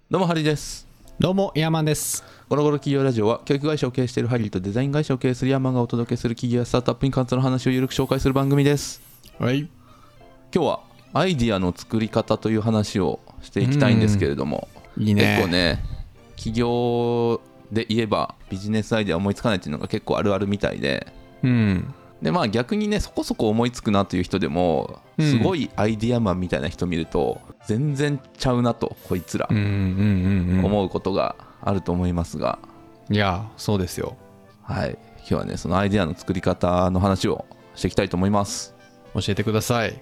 どうもハリーです。 どうもヤーマンです。 ゴロゴロ企業ラジオは教育会社を経営しているハリーとデザイン会社を経営するヤーマンがお届けする企業やスタートアップに関する話をゆるく紹介する番組です。 はい。 今日はアイディアの作り方という話をしていきたいんですけれども、 いいね。 結構ね、企業で言えばビジネスアイデア思いつかないっていうのが結構あるあるみたいで、でまあ逆にね、そこそこ思いつくなという人でもすごいアイディアマンみたいな人見ると全然ちゃうなとこいつら思うことがあると思いますが、 いやそうですよ。 はい、今日はねそのアイデアの作り方の話をしていきたいと思います。 教えてください。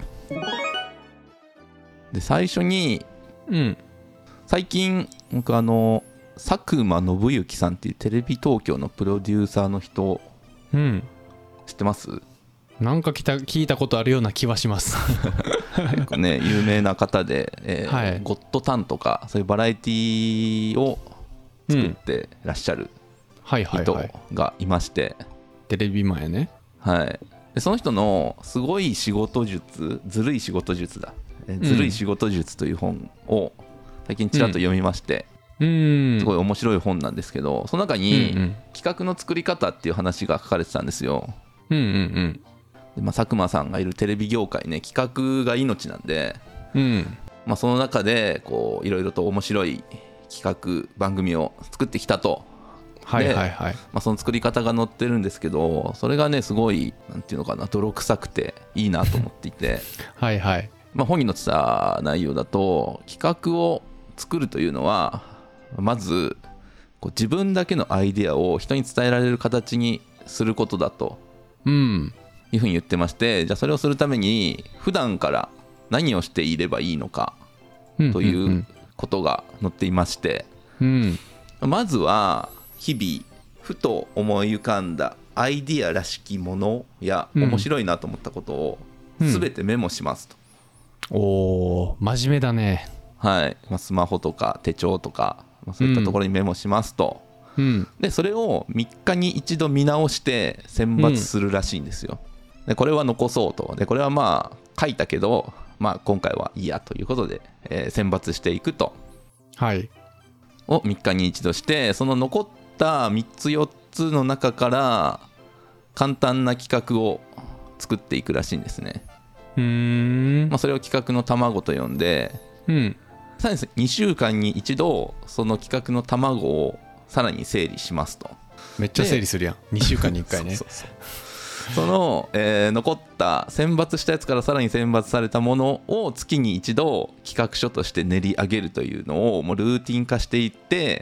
で最初に、最近僕佐久間信之さんっていうテレビ東京のプロデューサーの人、知ってます？ なんか聞いたことあるような気はします結構ね有名な方で、ゴッドタンとかそういうバラエティを作ってらっしゃる人がいまして、 テレビマンやね。 はい。でその人のすごい仕事術、ずるい仕事術だ、ずるい仕事術という本を最近ちらっと読みまして、すごい面白い本なんですけど、その中に企画の作り方っていう話が書かれてたんですよ。で佐久間さんがいるテレビ業界ね、企画が命なんで、その中でこういろいろと面白い企画番組を作ってきたと。その作り方が載ってるんですけど、それがねすごいなんていうのかな、泥臭くていいなと思っていて本に載ってた内容だと、企画を作るというのはまずこう自分だけのアイデアを人に伝えられる形にすることだというふうに言ってまして、じゃあそれをするために普段から何をしていればいいのかということが載っていまして、まずは日々ふと思い浮かんだアイディアらしきものや面白いなと思ったことを全てメモしますと。 おー、真面目だね。 はい。スマホとか手帳とか、そういったところにメモしますと、でそれを3日に一度見直して選抜するらしいんですよ。でこれは残そうと。でこれはまあ書いたけど、今回はいいやということで、選抜していくと、を3日に一度して、その残った3つ4つの中から簡単な企画を作っていくらしいんですね。それを企画の卵と呼んで、さらに2週間に一度その企画の卵をさらに整理しますと。 めっちゃ整理するやん。2週間に1回ね。 その、残った選抜したやつからさらに選抜されたものを月に一度企画書として練り上げるというのをもうルーティン化していって、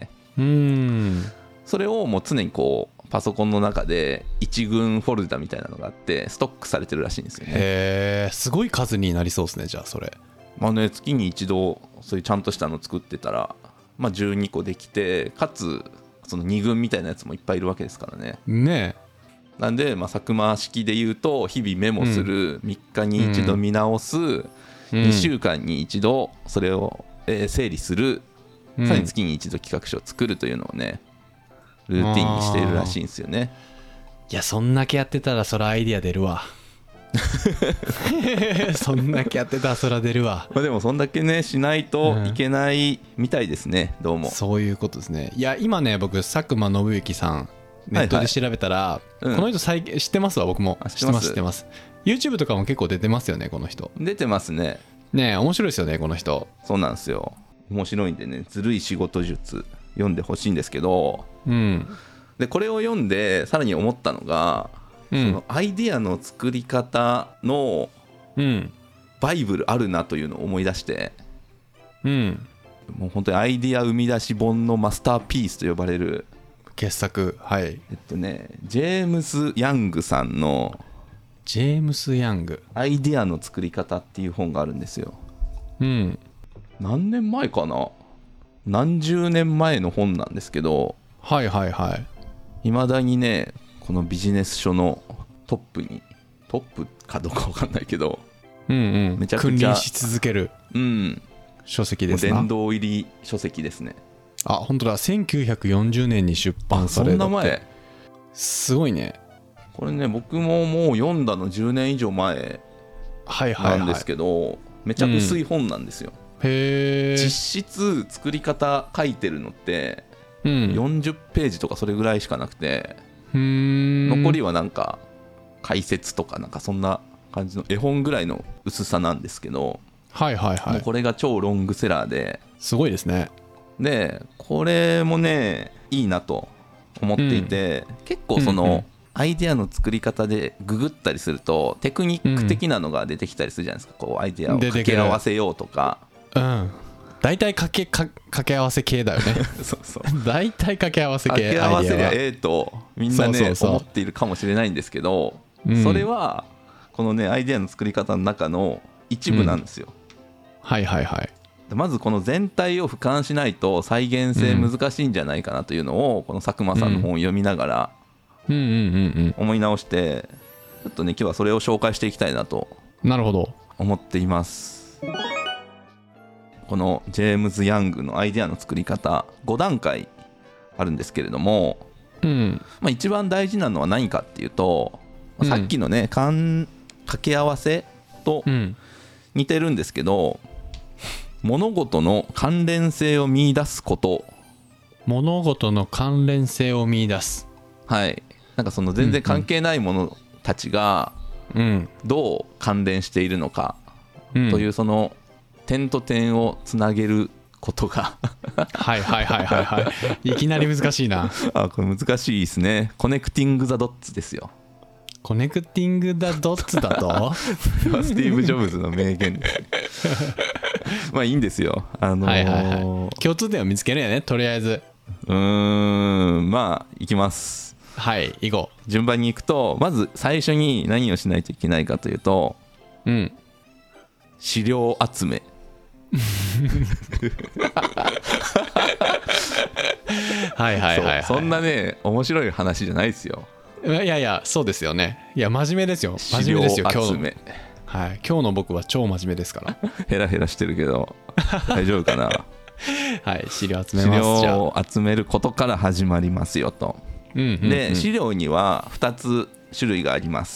それをもう常にこうパソコンの中で一群フォルダみたいなのがあってストックされてるらしいんですよね。 へー、すごい数になりそうですね。じゃあそれ月に一度そういうちゃんとしたの作ってたら、12個できて、かつその2軍みたいなやつもいっぱいいるわけですからね。なんで、佐久間式で言うと日々メモする、3日に一度見直す、2週間に一度それを、整理する、さらに月に一度企画書を作るというのをねルーティンにしているらしいんですよね。 いや、そんだけやってたらそらアイディア出るわそんだけやってたらそら出るわ。 でもそんだけねしないといけないみたいですね。どうもそういうことですね。いや今ね、僕佐久間信之さんネットで調べたら、この人知ってますわ。僕も知ってます。 YouTube とかも結構出てますよね。この人出てますね。 面白いですよねこの人。 そうなんですよ。面白いんでね、ずるい仕事術読んでほしいんですけど、でこれを読んでさらに思ったのが、そのアイディアの作り方のバイブルあるなというのを思い出して、もう本当にアイディア生み出し本のマスターピースと呼ばれる傑作。ジェームス・ヤングさんのジェームス・ヤングアイディアの作り方っていう本があるんですよ。何年前かな、何十年前の本なんですけど、いまだにねこのビジネス書のトップかどうか分かんないけど、めちゃくちゃ君臨し続ける書籍ですな。 殿堂入り書籍ですね。 あ、本当だ。1940年に出版されたって。そんな前。すごいね。 これね僕ももう読んだの10年以上前なんですけど、めちゃ薄い本なんですよ。 へえ。 実質作り方書いてるのってうん、 40ページとかそれぐらいしかなくて、 残残りはなんか解説とかなんかそんな感じの絵本ぐらいの薄さなんですけど、 はいはいはい。 もうこれが超ロングセラーで、 すごいですね。 でこれもねいいなと思っていて、結構その、アイデアの作り方でググったりするとテクニック的なのが出てきたりするじゃないですか、こうアイデアを掛け合わせようとか、 大体掛け合わせ系だよね。 そうそう、 大体掛け合わせ系、 掛け合わせりゃええとみんなね思っているかもしれないんですけど、それはこのねアイデアの作り方の中の一部なんですよ。 はいはいはい。 まずこの全体を俯瞰しないと再現性難しいんじゃないかなというのをこの佐久間さんの本を読みながら思い直して、ちょっとね今日はそれを紹介していきたいなと思っています。このジェームズ・ヤングのアイデアの作り方5段階あるんですけれども、一番大事なのは何かっていうと、さっきのね掛け合わせと似てるんですけど、物事の関連性を見出すこと。 物事の関連性を見出す。 はい。なんかその全然関係ないものたちがどう関連しているのかという、その点と点をつなげることがはいはいはいはいはい。いきなり難しいな。 これ難しいですね。コネクティング・ザ・ドッツですよ。 コネクティング・ザ・ドッツだとスティーブ・ジョブズの名言ですまあいいんですよ。 はいはいはい。共通点を見つけるよね、とりあえず。 まあいきます。 はい、行こう。順番に行くと、まず最初に何をしないといけないかというと、資料集め。 はいはいはい、はい、 そんなね面白い話じゃないですよ。 いやいや、そうですよね。いや真面目ですよ。真面目ですよ。 資料集め。 はい、今日の僕は超真面目ですからヘラヘラしてるけど大丈夫かな。 はい、資料集めます。 資料を集めることから始まりますよと。で資料には2つ種類があります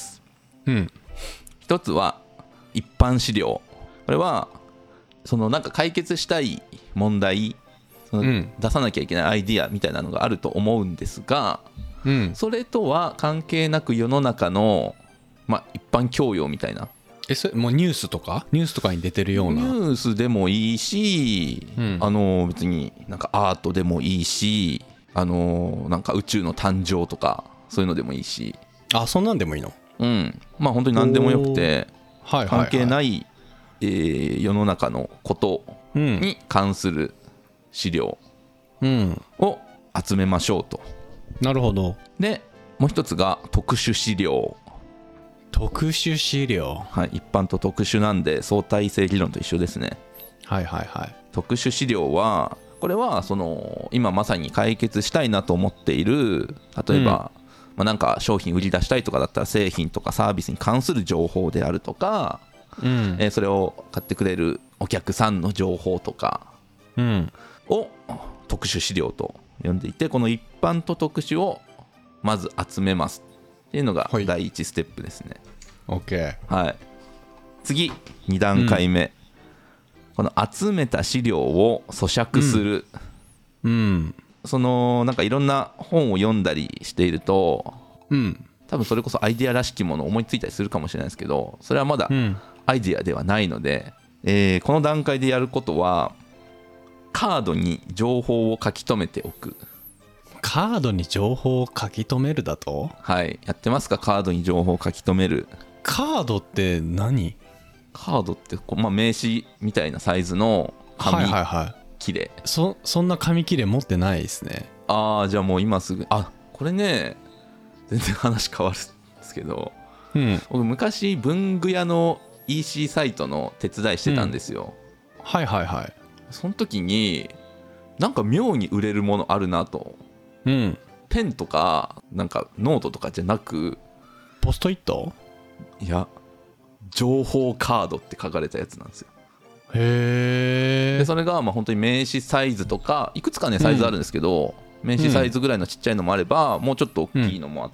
。1つは一般資料。これはそのなんか解決したい問題、出さなきゃいけないアイディアみたいなのがあると思うんですが、それとは関係なく世の中の、一般教養みたいな、 それもうニュースとかに出てるような。 ニュースでもいいし、別になんかアートでもいいし、なんか宇宙の誕生とかそういうのでもいいし、 そんなんでもいいの。 本当に何でもよくて、関係ない、世の中のことに関する資料を集めましょうと。 なるほど。 でもう一つが特殊資料。 特殊資料、 はい、一般と特殊なんで相対性理論と一緒ですね。 はいはいはい。 特殊資料はこれはその今まさに解決したいなと思っている、例えば、なんか商品売り出したいとかだったら製品とかサービスに関する情報であるとか、それを買ってくれるお客さんの情報とかを特殊資料と呼んでいて、この一般と特殊をまず集めますっていうのが第一ステップですね。 OK。 はい。次2段階目、この集めた資料を咀嚼する。そのなんかいろんな本を読んだりしていると、多分それこそアイデアらしきものを思いついたりするかもしれないですけど、それはまだアイデアではないので、この段階でやることはカードに情報を書き留めておく。 カードに情報を書き留めるだと？ はい、やってますか？カードに情報を書き留める。 カードって何？ カードって名刺みたいなサイズの紙切れ。 そんな紙切れ持ってないですね。 じゃあもう今すぐ。これね全然話変わるんですけど、僕昔文具屋の EC サイトの手伝いしてたんですよ。 はいはいはい。 その時になんか妙に売れるものあるなと。ペンとかなんかノートとかじゃなく、 ポストイット？ いや情報カードって書かれたやつなんですよ。 へえ。 でそれが本当に名刺サイズとかいくつかねサイズあるんですけど、名刺サイズぐらいのちっちゃいのもあれば、もうちょっと大きいのもあって、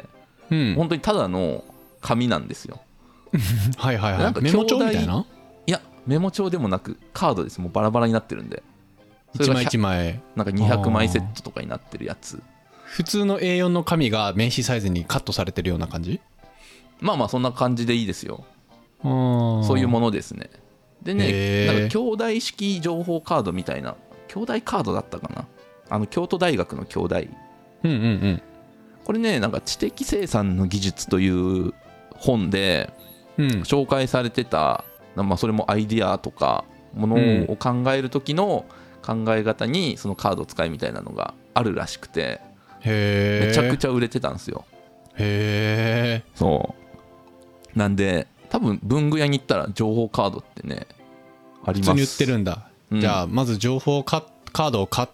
本当にただの紙なんですよ。 はいはいはい。メモ帳みたいな？ いやメモ帳でもなくカードです。もうバラバラになってるんで、それ 1 が枚1枚なんか200枚セットとかになってるやつ。 普通の A4 の紙が名刺サイズにカットされてるような感じ？ まあまあそんな感じでいいですよ。 そそういうものですね。でね、なんか兄弟式情報カードみたいな、兄弟カードだったかな、京都大学の兄弟、これね、なんか知的生産の技術という本で紹介されてた、まあ、それもアイディアとかものを考える時の考え方にそのカード使いみたいなのがあるらしくて、めちゃくちゃ売れてたんですよ。 へえ。 そうなんで多分文具屋に行ったら情報カードってねあります。 普通に売ってるんだ、じゃあまず情報カードを買って、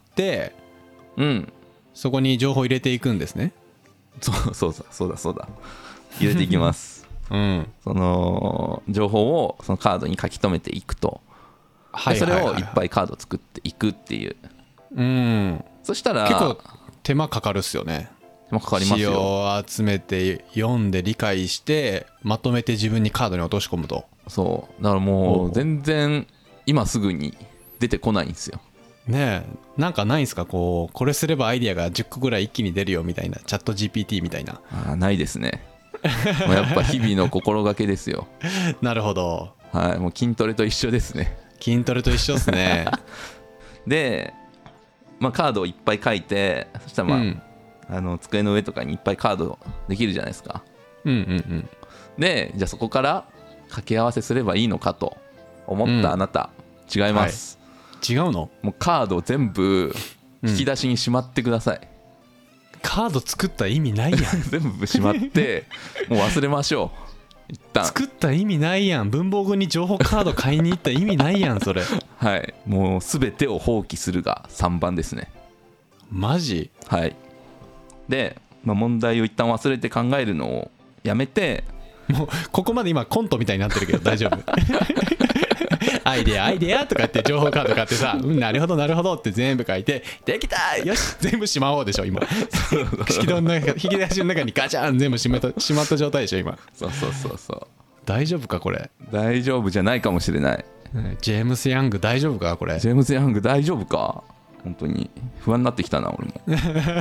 そこに情報入れていくんですね。 そうだ入れていきますその情報をそのカードに書き留めていくと、それをいっぱいカード作っていくっていう。そしたら結構手間かかるっすよね。 手間かかりますよ。 資料を集めて読んで理解してまとめて自分にカードに落とし込むと。 そうだからもう全然今すぐに出てこないんですよね。え、なんかないんすか、これすればアイディアが10個ぐらい一気に出るよみたいな、チャット GPT みたいな。 ないですねもうやっぱ日々の心がけですよなるほど。 はい、もう筋トレと一緒ですね。 筋トレと一緒ですねで、まあ、カードをいっぱい書いて、そしたら机の上とかにいっぱいカードできるじゃないですか。でじゃあそこから掛け合わせすればいいのかと思ったあなた、違います、 違うの？ もうカードを全部引き出しにしまってください、 カード作った意味ないやん全部しまってもう忘れましょう一旦。 作った意味ないやん。文房具に情報カード買いに行った意味ないやんそれはい、もう全てを放棄するが3番ですね。 マジ？ はい。で、問題を一旦忘れて考えるのをやめて、 もうここまで今コントみたいになってるけど大丈夫アイデアとかって情報カード買ってさ、なるほどって全部書いて、できたよし全部しまおうでしょ今引き出しの中にガチャン全部しまった状態でしょ今。 そう大丈夫かこれ。 大丈夫じゃないかもしれない。 ジェームス・ヤング大丈夫かこれ。 ジェームス・ヤング大丈夫か、本当に不安になってきたな俺も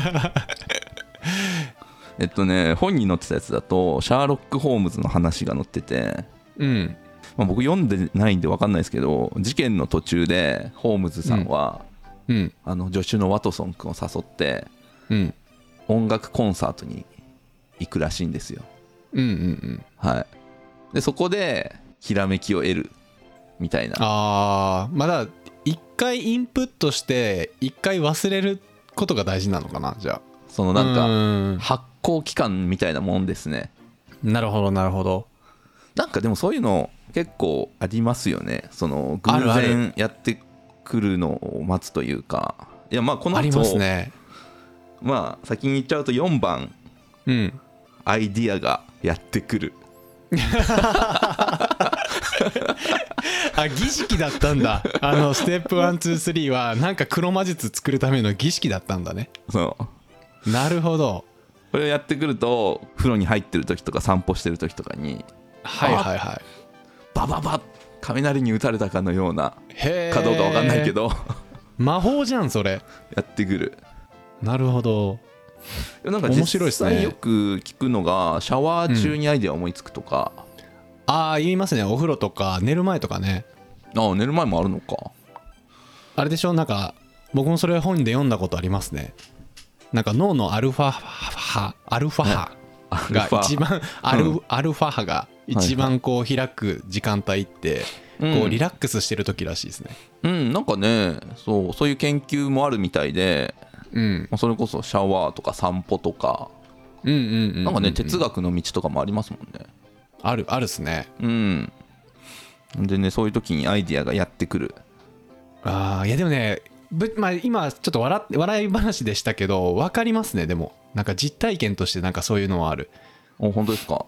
本に載ってたやつだとシャーロック・ホームズの話が載ってて、僕読んでないんで分かんないですけど、事件の途中でホームズさんは、助手のワトソン君を誘って、音楽コンサートに行くらしいんですよ。はい。でそこでひらめきを得るみたいな。 まだ一回インプットして一回忘れることが大事なのかな。じゃあそのなんか発行期間みたいなもんですね。 なるほど。 なんかでもそういうの結構ありますよね。その偶然やってくるのを待つというか。いやこの後ありますね。先に言っちゃうと4番、アイディアがやってくる儀式だったんだ。ステップ123はなんか黒魔術作るための儀式だったんだね。 そうなるほど。 これをやってくると風呂に入ってる時とか散歩してる時とかにバババッ雷に打たれたかのようなかどうか分かんないけど魔法じゃんそれ。 やってくる。 なるほど。 なんか実際よく聞くのがシャワー中にアイデア思いつくとか、 言いますね。お風呂とか寝る前とかね。 寝る前もあるのか。 あれでしょ、なんか僕もそれ本で読んだことありますね。なんか脳のアルファ波が一番アルファ波が一番こう開く時間帯ってこうリラックスしてる時らしいですね。 なんかね、そういう研究もあるみたいで、それこそシャワーとか散歩とか、なんかね哲学の道とかもありますもんね。 あるっすね。 でね、そういう時にアイディアがやってくる。 いやでもね、今ちょっと笑い話でしたけど分かりますね。でもなんか実体験としてなんかそういうのはある。 本当ですか。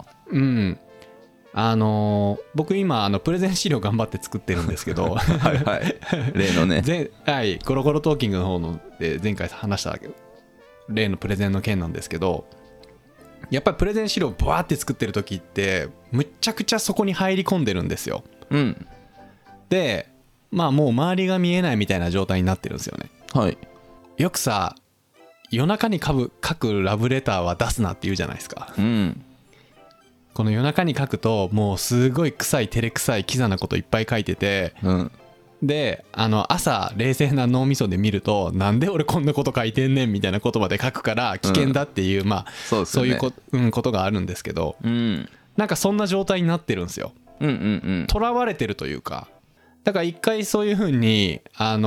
僕今プレゼン資料頑張って作ってるんですけど例のねコロコロトーキングの方で前回話した例のプレゼンの件なんですけど、やっぱりプレゼン資料バーって作ってる時ってむっちゃくちゃそこに入り込んでるんですよ。 でまあもう周りが見えないみたいな状態になってるんですよね。 はい。 よくさ、夜中に書くラブレターは出すなって言うじゃないですか。 うん。 この夜中に書くともうすごい臭い照れ臭いキザなこといっぱい書いてて、 うん、 で朝冷静な脳みそで見るとなんで俺こんなこと書いてんねんみたいな言葉で書くから危険だっていう、まあそういうことがあるんですけど、なんかそんな状態になってるんですよ。囚われてるというか。だから一回そういう風に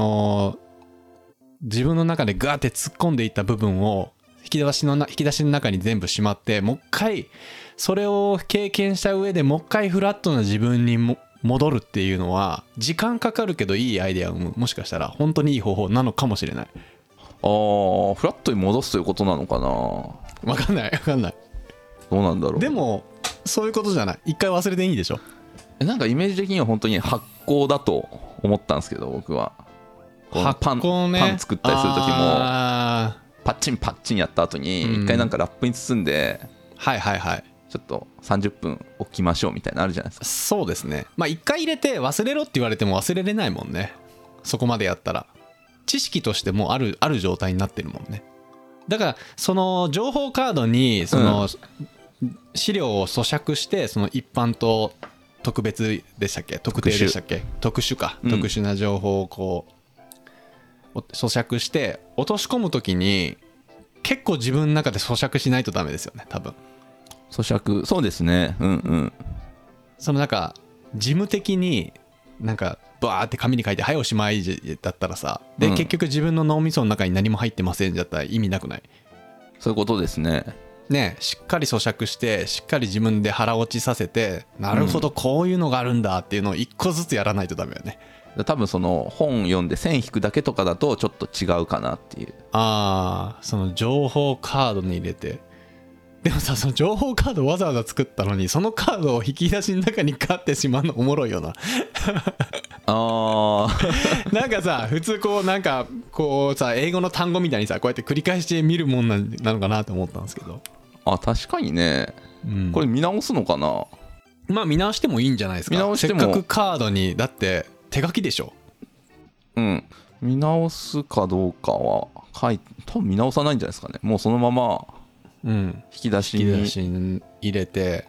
自分の中でガーって突っ込んでいった部分を引き出しの中に全部しまって、もう一回それを経験した上でもう一回フラットな自分に戻るっていうのは時間かかるけどいいアイデアをもしかしたら本当にいい方法なのかもしれない。 フラットに戻すということなのかな。 分かんないどうなんだろう。 でもそういうことじゃない。一回忘れていいでしょ。 なんかイメージ的には本当に発酵だと思ったんですけど、僕は発酵ね。 パン作ったりする時もパッチンパッチンやった後に一回なんかラップに包んで、 はいはいはい、 ちょっと30分置きましょうみたいなのあるじゃないですか。 そうですね。まあ一回入れて忘れろって言われても忘れれないもんね。そこまでやったら知識としてもうある状態になってるもんね。だからその情報カードにその資料を咀嚼して、その一般と特別でしたっけ、特定でしたっけ、特殊か、特殊な情報をこう咀嚼して落とし込むときに結構自分の中で咀嚼しないとダメですよね、多分。 咀嚼、そうですね。 そのなんか事務的になんかバーって紙に書いてはいおしまいだったらさ、で、結局自分の脳みその中に何も入ってませんじゃったら意味なくない？ そういうことですね。 ね、しっかり咀嚼してしっかり自分で腹落ちさせて、なるほどこういうのがあるんだっていうのを一個ずつやらないとダメよね。 多分その本読んで線引くだけとかだとちょっと違うかなっていう。 その情報カードに入れて、でもさ、その情報カードわざわざ作ったのにそのカードを引き出しの中に買ってしまうのおもろいよな。なんかさ、普通こうなんかこうさ、英語の単語みたいにさ、こうやって繰り返して見るもんなのかなと思ったんですけど。 確かにね、これ見直すのかな。 まあ見直してもいいんじゃないですか。せっかくカードにだって手書きでしょ。 見直すかどうかは多分見直さないんじゃないですかね。もうそのまま引き出しに入れて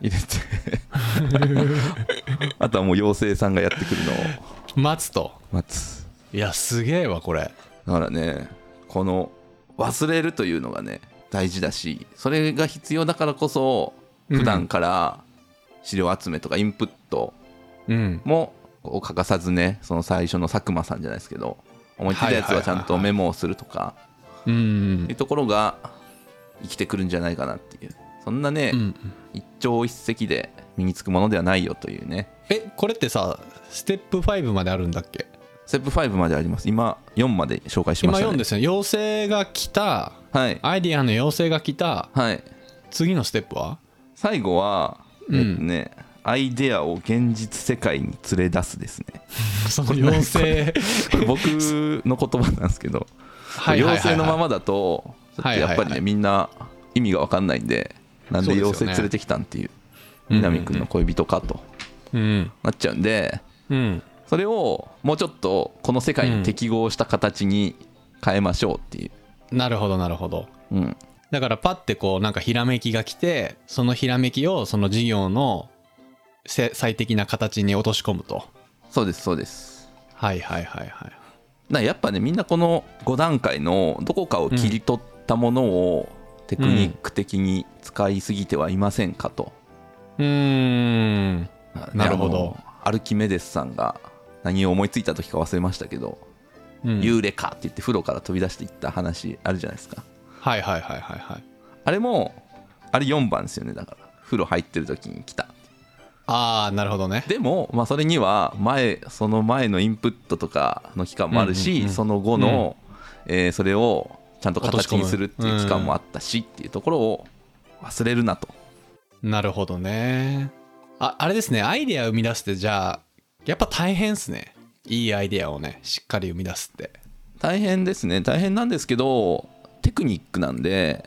あとはもう妖精さんがやってくるのを待つ。いやすげえわこれ。 だからね、この忘れるというのがね大事だし、それが必要だからこそ普段から資料集めとかインプットも欠かさずね、その最初の佐久間さんじゃないですけど、思いついたやつはちゃんとメモをするとかっていうところが生きてくるんじゃないかなっていう。そんなね、一朝一夕で身につくものではないよというね。 これってさ、ステップ5まであるんだっけ？ ステップ5まであります。今4まで紹介しましたね。 今4ですね。妖精が来た、 はい、 アイディアの妖精が来た、 はい、 次のステップは最後はアイデアを現実世界に連れ出すですね。 その妖精これ僕の言葉なんですけど、妖精のままだとやっぱりね、みんな意味が分かんないんで、なんで妖精連れてきたんっていう、南くんの恋人かとなっちゃうんで、それをもうちょっとこの世界に適合した形に変えましょうっていう。 なるほどなるほど。だからパッてこうなんかひらめきが来て、そのひらめきをその事業の最適な形に落とし込むと。 そうですそうです。 はい。 やっぱね、みんなこの5段階のどこかを切り取ったものをテクニック的に使いすぎてはいませんかと。 なるほど。 アルキメデスさんが何を思いついた時か忘れましたけど、ユーレカって言って風呂から飛び出していった話あるじゃないですか。 はい。 あれもあれ4番ですよね。だから風呂入ってる時に来た。 なるほどね。 でも、それにはその前のインプットとかの期間もあるし、その後の、それをちゃんと形にするっていう期間もあったしっていうところを忘れるなと。 なるほどね。あれですね、アイデアを生み出すってじゃあやっぱ大変っすね。いいアイデアをねしっかり生み出すって大変ですね。大変なんですけどテクニックなんで、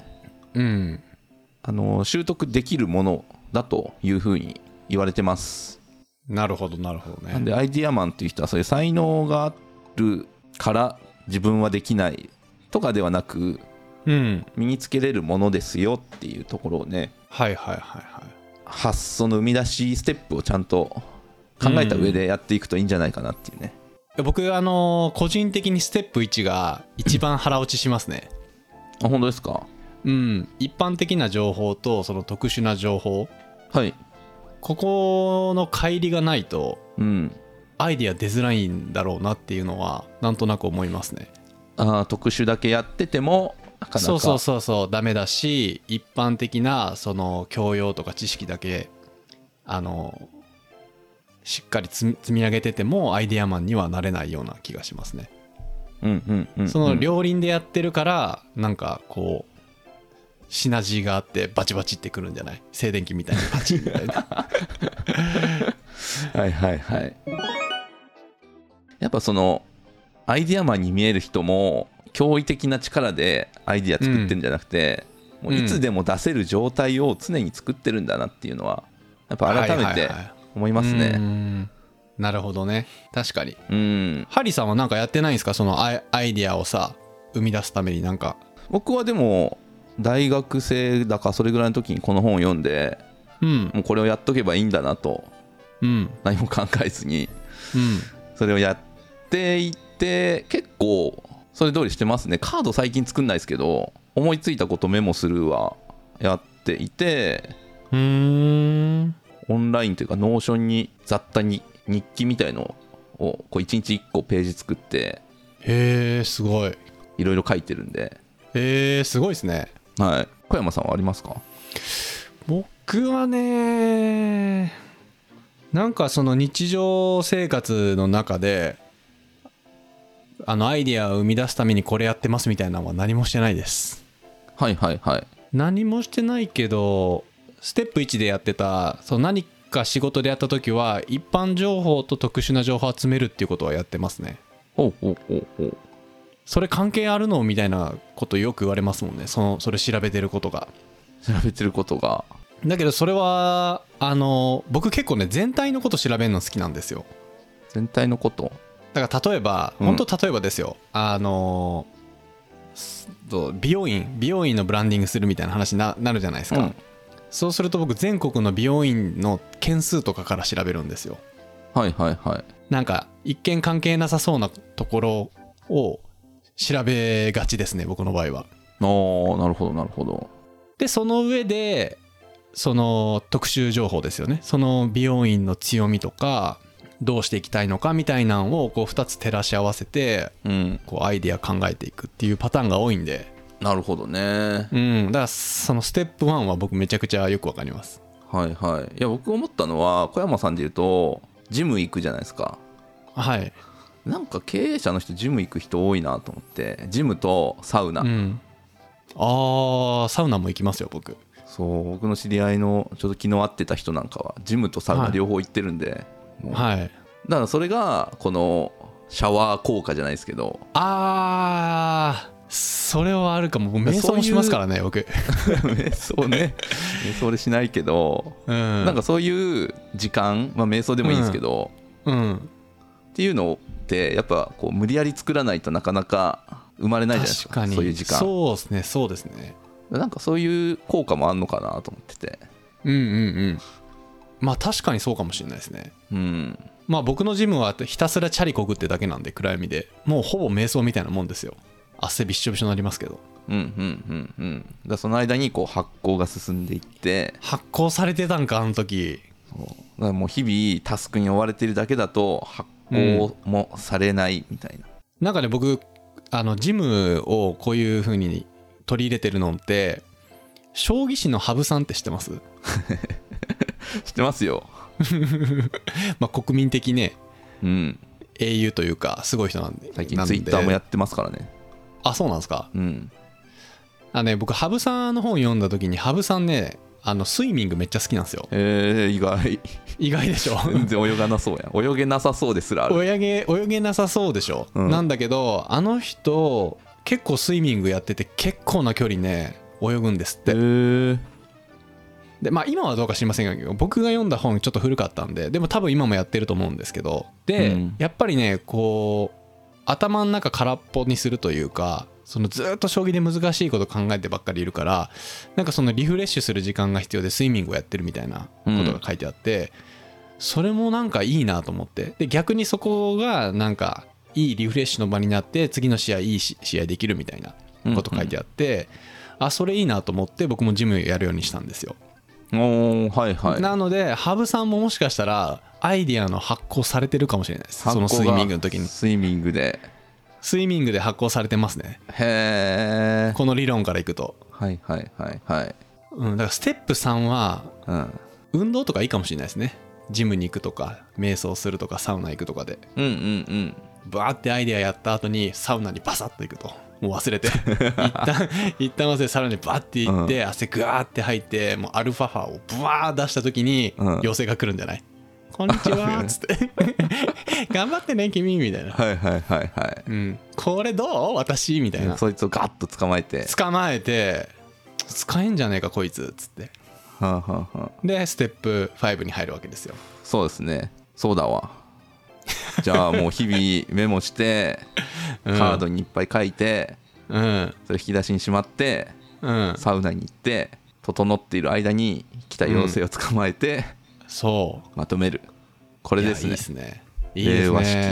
習得できるものだというふうに言われてます。 なるほどなるほどね。 なんでアイディアマンっていう人はそういう才能があるから自分はできないとかではなく、 うん、 身につけれるものですよっていうところをね、 はいはいはいはい、 発想の生み出しステップをちゃんと考えた上でやっていくといいんじゃないかなっていうね。 僕個人的にステップ1が一番腹落ちしますね。 あ、本当ですか。 うん、一般的な情報とその特殊な情報、 はい、 ここの乖離がないと、 うん、 アイディア出づらいんだろうなっていうのはなんとなく思いますね。 特殊だけやっててもなかなかそうダメだし、一般的なその教養とか知識だけしっかり積み上げててもアイディアマンにはなれないような気がしますね。その両輪でやってるからなんかこうシナジーがあってバチバチってくるんじゃない？静電気みたいなバチみたいなはいはいはい。やっぱそのアイディアマンに見える人も驚異的な力でアイディア作ってるんじゃなくて、もういつでも出せる状態を常に作ってるんだなっていうのはやっぱ改めて思いますね。 なるほどね、確かに。ハリーさんはなんかやってないんですか、そのアイディアをさ生み出すためになんか。 僕はでも大学生だかそれぐらいの時にこの本を読んで、もうこれをやっとけばいいんだなと、何も考えずに、それをやっていって結構それ通りしてますね。カード最近作んないですけど思いついたことメモするはやっていて、オンラインというかノーションに雑多に日記みたいのをこう1日1個ページ作って、 へえすごい、 いろいろ書いてるんで。 へえすごいですね。 はい。小山さんはありますか？ 僕はね、なんかその日常生活の中でアイディアを生み出すためにこれやってますみたいなのは何もしてないです。 はいはいはい。 何もしてないけど、ステップ1でやってたその何か仕事でやった時は一般情報と特殊な情報を集めるっていうことはやってますね。 ほうほうほうほう。 それ関係あるのみたいなことよく言われますもんね。それ調べてることが。だけどそれは僕結構ね全体のこと調べるの好きなんですよ。 全体のこと。 だから例えば、本当例えばですよ、美容院のブランディングするみたいな話になるじゃないですか、そうすると僕全国の美容院の件数とかから調べるんですよ。 はいはいはい。 なんか一見関係なさそうなところを調べがちですね、僕の場合は。 なるほどなるほど。 でその上でその特殊情報ですよね、その美容院の強みとかどうしていきたいのかみたいなのをこう2つ照らし合わせて、こうアイデア考えていくっていうパターンが多いんで。 なるほどね。 だからそのステップ1は僕めちゃくちゃよくわかります。 はいはい。いや僕思ったのは小山さんで言うとジム行くじゃないですか。 はい。 なんか経営者の人ジム行く人多いなと思って。ジムとサウナ、 サウナも行きますよ僕。 そう僕の知り合いのちょっと昨日会ってた人なんかはジムとサウナ両方行ってるんで、 はい、 だからそれがこのシャワー効果じゃないですけど、 それはあるかも。僕瞑想もしますからね僕瞑想ね瞑想でしないけど、なんかそういう時間、瞑想でもいいんですけど、っていうのってやっぱこう無理やり作らないとなかなか生まれないじゃないですか。そういう時間。 そうですね。 なんかそういう効果もあんのかなと思ってて。 確かにそうかもしれないですね。僕のジムはひたすらチャリこぐってだけなんで、暗闇でもうほぼ瞑想みたいなもんですよ。汗びっしょびしょになりますけど。 だその間にこう発酵が進んでいって。 発酵されてたんかあの時。 だからもう日々タスクに追われてるだけだと発酵もされないみたいな。 なんかね僕ジムをこういう風に取り入れてるのって将棋士の羽生さんって知ってます？ 知ってますよ国民的ね、英雄というかすごい人なんで。 最近ツイッターもやってますからね。 あ、そうなんですか。僕羽生さんの本読んだ時に羽生さんねスイミングめっちゃ好きなんですよ。意外でしょ全然泳がなそうやん。泳げなさそうですらある。 泳げなさそうでしょ、なんだけどあの人結構スイミングやってて結構な距離ね泳ぐんですって。 で今はどうか知りませんけど、僕が読んだ本ちょっと古かったんで、でも多分今もやってると思うんですけど、で、やっぱりねこう頭の中空っぽにするというか、そのずっと将棋で難しいこと考えてばっかりいるから、なんかそのリフレッシュする時間が必要でスイミングをやってるみたいなことが書いてあって、それもなんかいいなと思って、で逆にそこがなんかいいリフレッシュの場になって次の試合いい試合できるみたいなこと書いてあって、それいいなと思って僕もジムやるようにしたんですよ。 はいはい。 なので羽生さんももしかしたらアイディアの発行されてるかもしれないです。そのスイミングの時にスイミングで発行されてますね。 へえ。 この理論からいくと。 はいはいはいはい。 だからステップ3は、運動とかいいかもしれないですね。ジムに行くとか瞑想するとかサウナ行くとかで、バーってアイデアやった後にサウナにバサッと行くと、もう忘れて一旦忘れてサウナにバッて行って、汗グワーって入って、もうアルファ波をブワー出した時に妖精が来るんじゃない、こんにちはっつって頑張ってね君みたいな、 はいはいはいはい、 これどう私みたいな、 そいつをガッと捕まえて使えんじゃねえかこいつっつって、でステップ5に入るわけですよ。 そうですね、そうだわ。じゃあもう日々メモしてカードにいっぱい書いて、それ引き出しにしまって、サウナに行って整っている間に来た妖精を捕まえて、そうまとめる。これですね。いいですね。令和式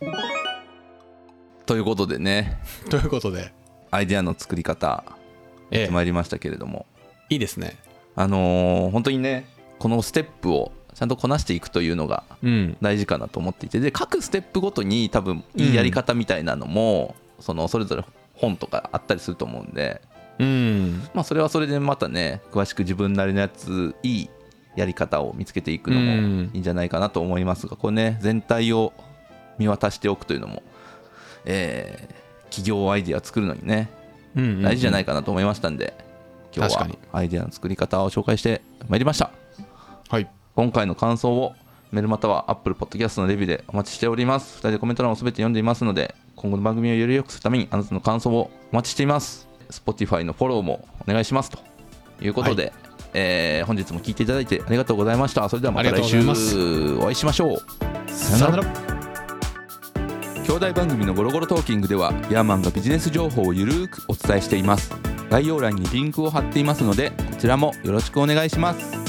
ということでね。アイデアの作り方やってまいりましたけれども、 いいですね。 本当にね、このステップをちゃんとこなしていくというのが大事かなと思っていて、で各ステップごとに多分いいやり方みたいなのも、それぞれ本とかあったりすると思うんで、それはそれでまたね、詳しく自分なりのやつ、いいやり方を見つけていくのもいいんじゃないかなと思いますが、これね、全体を見渡しておくというのも、企業アイデアを作るのにね、大事じゃないかなと思いましたんで、今日はアイデアの作り方を紹介してまいりました。はい、今回の感想をメールまたは Apple Podcast のレビューでお待ちしております。2人でコメント欄をすべて読んでいますので、今後の番組をより良くするためにあなたの感想をお待ちしています。 Spotify のフォローもお願いしますということで、本日も聞いていただいてありがとうございました。それではまた来週お会いしましょう。さよなら。兄弟番組のゴロゴロトーキングではヤーマンがビジネス情報をゆるーくお伝えしています。概要欄にリンクを貼っていますので、こちらもよろしくお願いします。